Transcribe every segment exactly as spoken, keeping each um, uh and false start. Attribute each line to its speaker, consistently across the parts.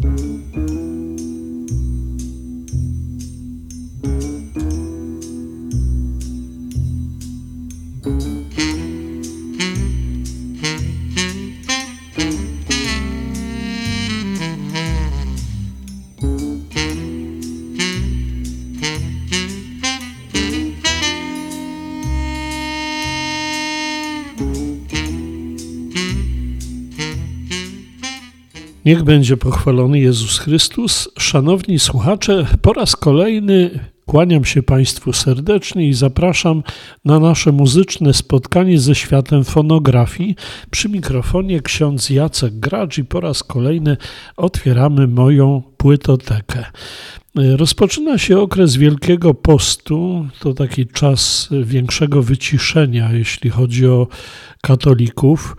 Speaker 1: Niech będzie pochwalony Jezus Chrystus. Szanowni słuchacze, po raz kolejny kłaniam się Państwu serdecznie i zapraszam na nasze muzyczne spotkanie ze światem fonografii. Przy mikrofonie ksiądz Jacek Gracz i po raz kolejny otwieramy moją płytotekę. Rozpoczyna się okres Wielkiego Postu, to taki czas większego wyciszenia, jeśli chodzi o katolików.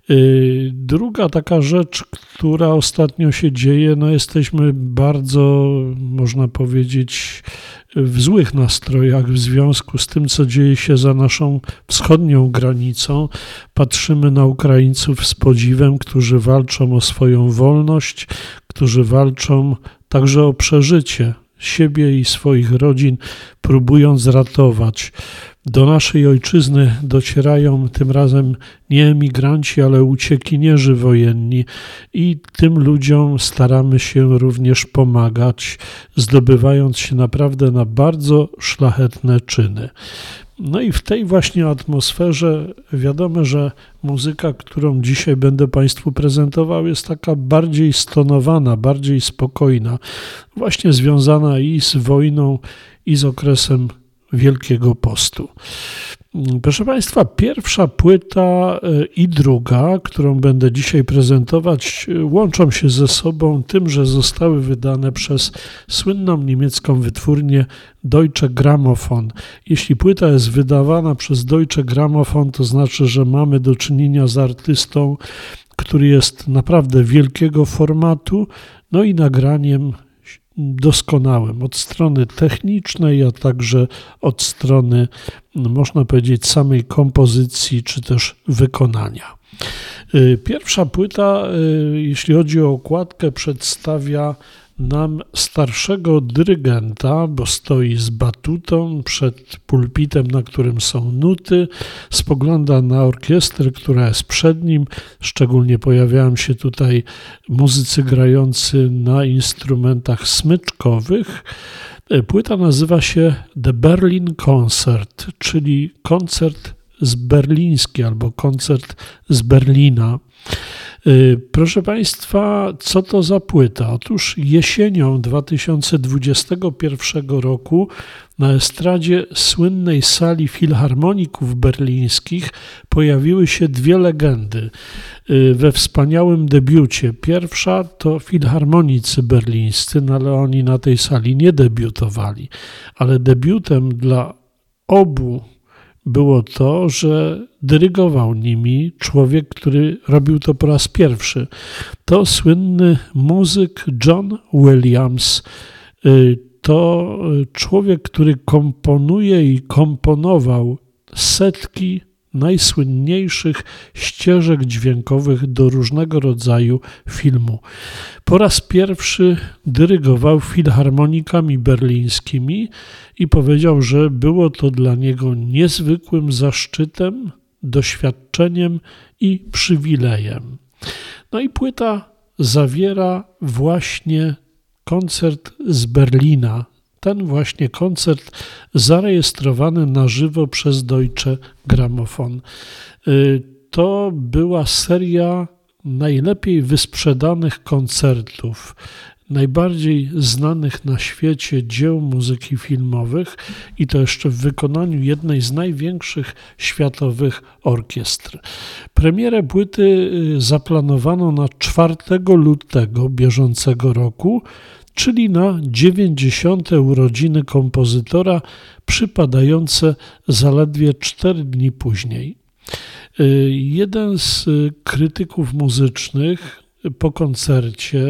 Speaker 1: Druga taka rzecz, która ostatnio się dzieje, no jesteśmy bardzo, można powiedzieć, w złych nastrojach w związku z tym, co dzieje się za naszą wschodnią granicą. Patrzymy na Ukraińców z podziwem, którzy walczą o swoją wolność, którzy walczą także o przeżycie siebie i swoich rodzin, próbując ratować. Do naszej ojczyzny docierają tym razem nie emigranci, ale uciekinierzy wojenni i tym ludziom staramy się również pomagać, zdobywając się naprawdę na bardzo szlachetne czyny. No i w tej właśnie atmosferze wiadomo, że muzyka, którą dzisiaj będę Państwu prezentował, jest taka bardziej stonowana, bardziej spokojna, właśnie związana i z wojną, i z okresem Wielkiego Postu. Proszę Państwa, pierwsza płyta i druga, którą będę dzisiaj prezentować, łączą się ze sobą tym, że zostały wydane przez słynną niemiecką wytwórnię Deutsche Grammophon. Jeśli płyta jest wydawana przez Deutsche Grammophon, to znaczy, że mamy do czynienia z artystą, który jest naprawdę wielkiego formatu, no i nagraniem doskonałym od strony technicznej, a także od strony, można powiedzieć, samej kompozycji czy też wykonania. Pierwsza płyta, jeśli chodzi o okładkę, przedstawia nam starszego dyrygenta, bo stoi z batutą przed pulpitem, na którym są nuty, spogląda na orkiestrę, która jest przed nim. Szczególnie pojawiają się tutaj muzycy grający na instrumentach smyczkowych. Płyta nazywa się The Berlin Concert, czyli koncert z berliński albo koncert z Berlina. Proszę Państwa, co to za płyta? Otóż jesienią dwa tysiące dwudziestego pierwszego roku na estradzie słynnej sali filharmoników berlińskich pojawiły się dwie legendy we wspaniałym debiucie. Pierwsza to filharmonicy berlińscy, no ale oni na tej sali nie debiutowali, ale debiutem dla obu było to, że dyrygował nimi człowiek, który robił to po raz pierwszy. To słynny muzyk John Williams. To człowiek, który komponuje i komponował setki najsłynniejszych ścieżek dźwiękowych do różnego rodzaju filmu. Po raz pierwszy dyrygował filharmonikami berlińskimi i powiedział, że było to dla niego niezwykłym zaszczytem, doświadczeniem i przywilejem. No i płyta zawiera właśnie koncert z Berlina. Ten właśnie koncert zarejestrowany na żywo przez Deutsche Grammophon. To była seria najlepiej wysprzedanych koncertów, najbardziej znanych na świecie dzieł muzyki filmowych i to jeszcze w wykonaniu jednej z największych światowych orkiestr. Premierę płyty zaplanowano na czwartego lutego bieżącego roku, czyli na dziewięćdziesiąte urodziny kompozytora, przypadające zaledwie cztery dni później. Jeden z krytyków muzycznych po koncercie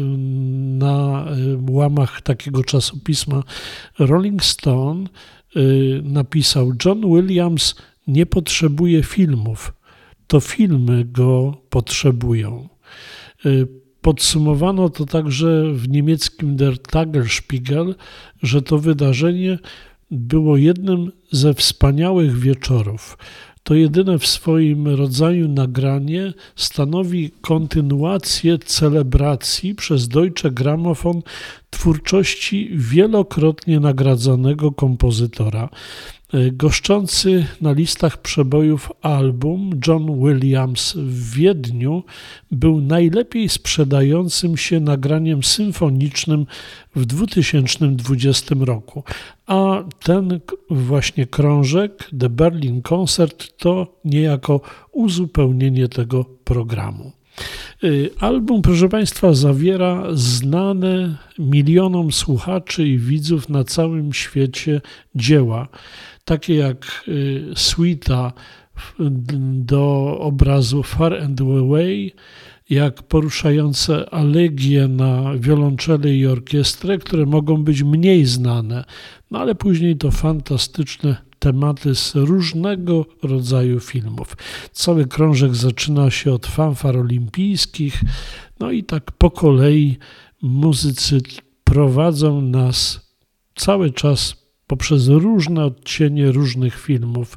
Speaker 1: na łamach takiego czasopisma Rolling Stone napisał: John Williams nie potrzebuje filmów, to filmy go potrzebują. Podsumowano to także w niemieckim Der Tagesspiegel, że to wydarzenie było jednym ze wspaniałych wieczorów. To jedyne w swoim rodzaju nagranie stanowi kontynuację celebracji przez Deutsche Grammophon twórczości wielokrotnie nagradzanego kompozytora. Goszczący na listach przebojów album John Williams w Wiedniu był najlepiej sprzedającym się nagraniem symfonicznym w dwa tysiące dwudziestym roku, a ten właśnie krążek, The Berlin Concert, to niejako uzupełnienie tego programu. Album, proszę Państwa, zawiera znane milionom słuchaczy i widzów na całym świecie dzieła, takie jak suita do obrazu Far and Away, jak poruszające alegie na wiolonczele i orkiestrę, które mogą być mniej znane, no ale później to fantastyczne tematy z różnego rodzaju filmów. Cały krążek zaczyna się od fanfar olimpijskich, no i tak po kolei muzycy prowadzą nas cały czas poprzez różne odcienie różnych filmów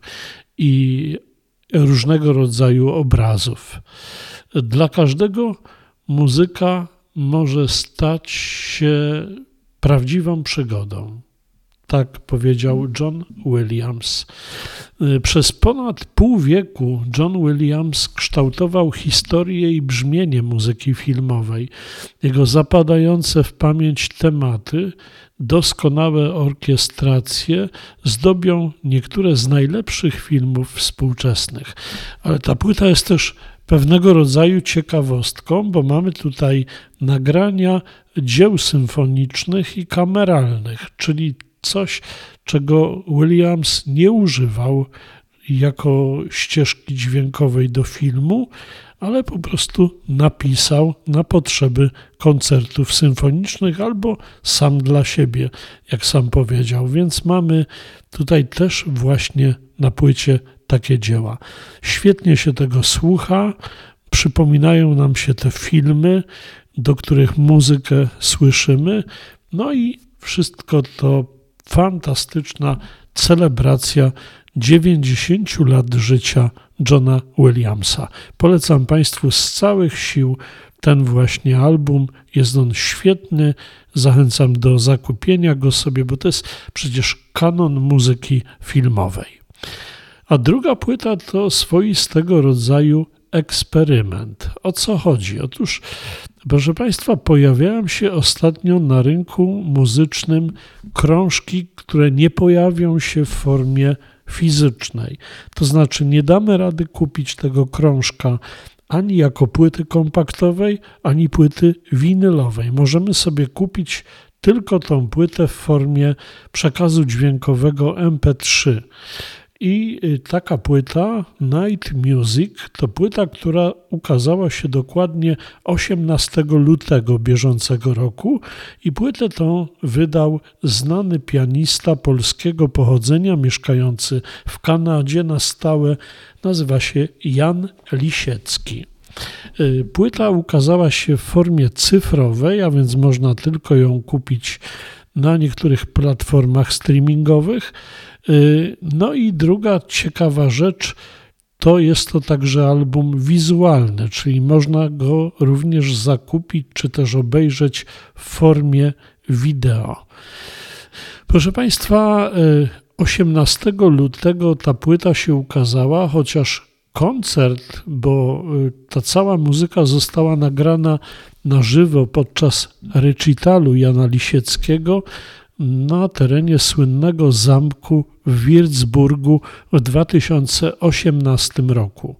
Speaker 1: i różnego rodzaju obrazów. Dla każdego muzyka może stać się prawdziwą przygodą. Tak powiedział John Williams. Przez ponad pół wieku John Williams kształtował historię i brzmienie muzyki filmowej. Jego zapadające w pamięć tematy, doskonałe orkiestracje zdobią niektóre z najlepszych filmów współczesnych. Ale ta płyta jest też pewnego rodzaju ciekawostką, bo mamy tutaj nagrania dzieł symfonicznych i kameralnych, czyli coś, czego Williams nie używał jako ścieżki dźwiękowej do filmu, ale po prostu napisał na potrzeby koncertów symfonicznych albo sam dla siebie, jak sam powiedział. Więc mamy tutaj też właśnie na płycie takie dzieła. Świetnie się tego słucha, przypominają nam się te filmy, do których muzykę słyszymy, no i wszystko to fantastyczna celebracja dziewięćdziesięciu lat życia Johna Williamsa. Polecam Państwu z całych sił ten właśnie album. Jest on świetny. Zachęcam do zakupienia go sobie, bo to jest przecież kanon muzyki filmowej. A druga płyta to swoistego rodzaju eksperyment. O co chodzi? Otóż, proszę Państwa, pojawiają się ostatnio na rynku muzycznym krążki, które nie pojawią się w formie fizycznej. To znaczy nie damy rady kupić tego krążka ani jako płyty kompaktowej, ani płyty winylowej. Możemy sobie kupić tylko tą płytę w formie przekazu dźwiękowego em pe trzy. I taka płyta, Night Music, to płyta, która ukazała się dokładnie osiemnastego lutego bieżącego roku i płytę tą wydał znany pianista polskiego pochodzenia, mieszkający w Kanadzie na stałe, nazywa się Jan Lisiecki. Płyta ukazała się w formie cyfrowej, a więc można tylko ją kupić na niektórych platformach streamingowych. No i druga ciekawa rzecz, to jest to także album wizualny, czyli można go również zakupić, czy też obejrzeć w formie wideo. Proszę Państwa, osiemnastego lutego ta płyta się ukazała, chociaż koncert, bo ta cała muzyka została nagrana na żywo podczas recitalu Jana Lisieckiego na terenie słynnego zamku w Würzburgu w dwa tysiące osiemnastym roku.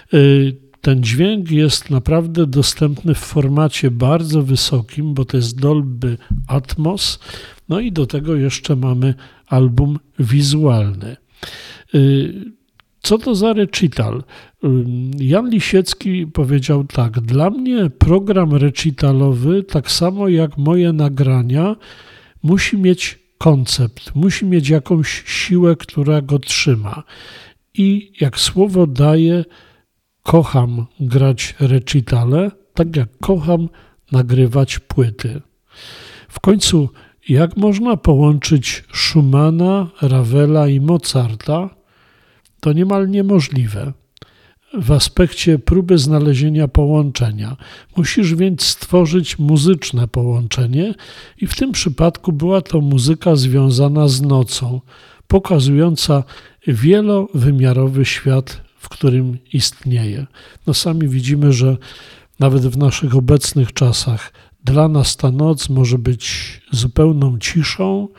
Speaker 1: Ten dźwięk jest naprawdę dostępny w formacie bardzo wysokim, bo to jest Dolby Atmos, no i do tego jeszcze mamy album wizualny. Co to za recital? Jan Lisiecki powiedział tak: dla mnie program recitalowy, tak samo jak moje nagrania, musi mieć koncept, musi mieć jakąś siłę, która go trzyma. I jak słowo daje, kocham grać recitale, tak jak kocham nagrywać płyty. W końcu, jak można połączyć Schumana, Ravela i Mozarta? To niemal niemożliwe. W aspekcie próby znalezienia połączenia. Musisz więc stworzyć muzyczne połączenie i w tym przypadku była to muzyka związana z nocą, pokazująca wielowymiarowy świat, w którym istnieje. No sami widzimy, że nawet w naszych obecnych czasach dla nas ta noc może być zupełną ciszą,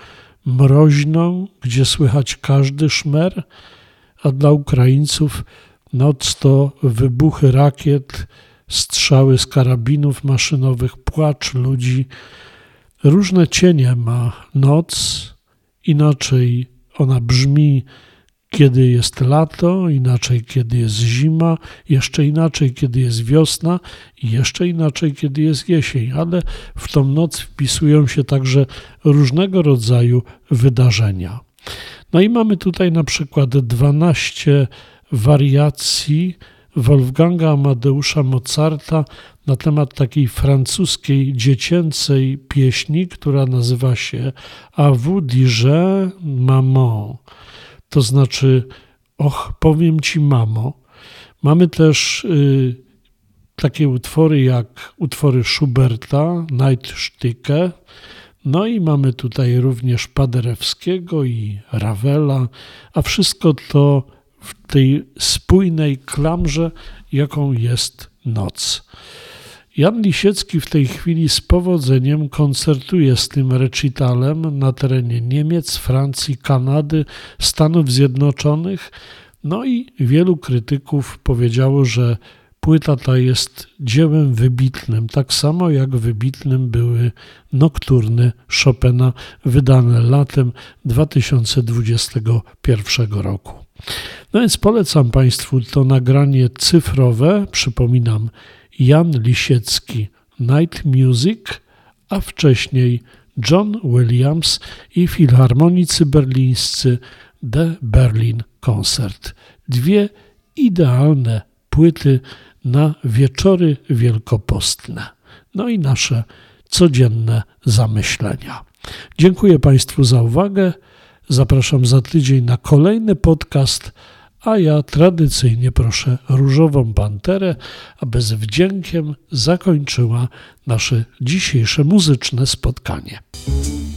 Speaker 1: mroźną, gdzie słychać każdy szmer, a dla Ukraińców noc to wybuchy rakiet, strzały z karabinów maszynowych, płacz ludzi. Różne cienie ma noc, inaczej ona brzmi, kiedy jest lato, inaczej, kiedy jest zima, jeszcze inaczej, kiedy jest wiosna i jeszcze inaczej, kiedy jest jesień, ale w tą noc wpisują się także różnego rodzaju wydarzenia. No i mamy tutaj na przykład dwanaście wariacji Wolfganga Amadeusza Mozarta na temat takiej francuskiej dziecięcej pieśni, która nazywa się A vous dis-je maman, to znaczy och, powiem ci mamo. Mamy też y, takie utwory jak utwory Schuberta, Nightsticke, no i mamy tutaj również Paderewskiego i Ravela, a wszystko to w tej spójnej klamrze, jaką jest noc. Jan Lisiecki w tej chwili z powodzeniem koncertuje z tym recitalem na terenie Niemiec, Francji, Kanady, Stanów Zjednoczonych. No i wielu krytyków powiedziało, że płyta ta jest dziełem wybitnym, tak samo jak wybitnym były nokturny Chopina wydane latem dwa tysiące dwudziestego pierwszego roku. No więc polecam Państwu to nagranie cyfrowe, przypominam, Jan Lisiecki Night Music, a wcześniej John Williams i filharmonicy berlińscy The Berlin Concert. Dwie idealne płyty na wieczory wielkopostne. No i nasze codzienne zamyślenia. Dziękuję Państwu za uwagę. Zapraszam za tydzień na kolejny podcast, a ja tradycyjnie proszę Różową Panterę, aby z wdziękiem zakończyła nasze dzisiejsze muzyczne spotkanie.